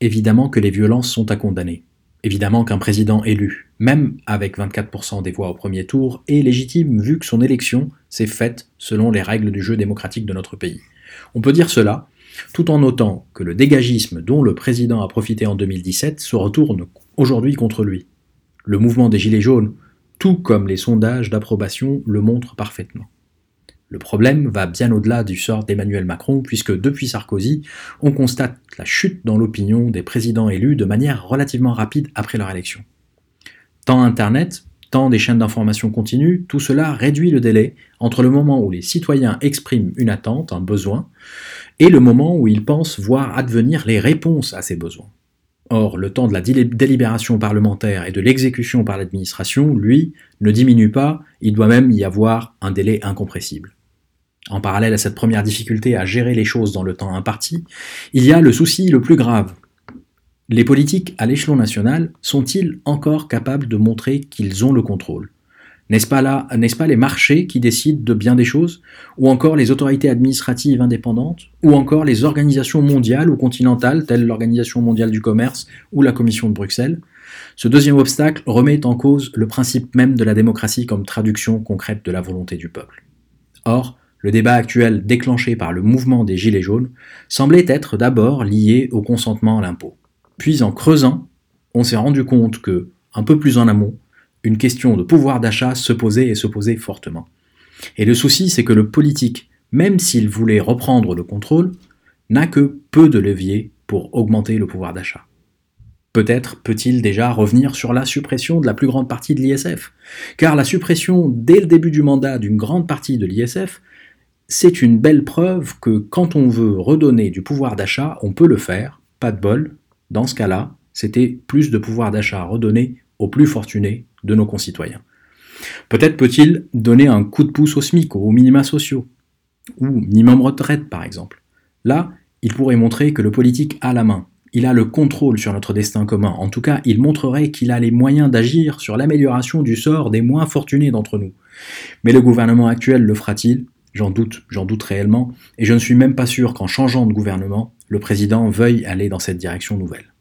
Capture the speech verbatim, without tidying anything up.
évidemment que les violences sont à condamner. Évidemment qu'un président élu, même avec vingt-quatre pour cent des voix au premier tour, est légitime vu que son élection s'est faite selon les règles du jeu démocratique de notre pays. On peut dire cela, tout en notant que le dégagisme dont le président a profité en deux mille dix-sept se retourne aujourd'hui contre lui. Le mouvement des Gilets jaunes, tout comme les sondages d'approbation, le montrent parfaitement. Le problème va bien au-delà du sort d'Emmanuel Macron, puisque depuis Sarkozy, on constate la chute dans l'opinion des présidents élus de manière relativement rapide après leur élection. Tant Internet, tant des chaînes d'information continues, tout cela réduit le délai entre le moment où les citoyens expriment une attente, un besoin, et le moment où ils pensent voir advenir les réponses à ces besoins. Or, le temps de la délibération parlementaire et de l'exécution par l'administration, lui, ne diminue pas, il doit même y avoir un délai incompressible. En parallèle à cette première difficulté à gérer les choses dans le temps imparti, il y a le souci le plus grave. Les politiques à l'échelon national sont-ils encore capables de montrer qu'ils ont le contrôle ? N'est-ce pas là, n'est-ce pas les marchés qui décident de bien des choses ? Ou encore les autorités administratives indépendantes ? Ou encore les organisations mondiales ou continentales, telles l'Organisation mondiale du commerce ou la Commission de Bruxelles ? Ce deuxième obstacle remet en cause le principe même de la démocratie comme traduction concrète de la volonté du peuple. Or, le débat actuel déclenché par le mouvement des Gilets jaunes semblait être d'abord lié au consentement à l'impôt. Puis en creusant, on s'est rendu compte que, un peu plus en amont, une question de pouvoir d'achat se posait et se posait fortement. Et le souci, c'est que le politique, même s'il voulait reprendre le contrôle, n'a que peu de leviers pour augmenter le pouvoir d'achat. Peut-être peut-il déjà revenir sur la suppression de la plus grande partie de l'I S F, car la suppression dès le début du mandat d'une grande partie de l'I S F, c'est une belle preuve que quand on veut redonner du pouvoir d'achat, on peut le faire, pas de bol. Dans ce cas-là, c'était plus de pouvoir d'achat redonné aux plus fortunés de nos concitoyens. Peut-être peut-il donner un coup de pouce au SMIC, aux minima sociaux, ou minimum retraite par exemple. Là, il pourrait montrer que le politique a la main, il a le contrôle sur notre destin commun. En tout cas, il montrerait qu'il a les moyens d'agir sur l'amélioration du sort des moins fortunés d'entre nous. Mais le gouvernement actuel le fera-t-il ? J'en doute, j'en doute réellement, et je ne suis même pas sûr qu'en changeant de gouvernement, le président veuille aller dans cette direction nouvelle.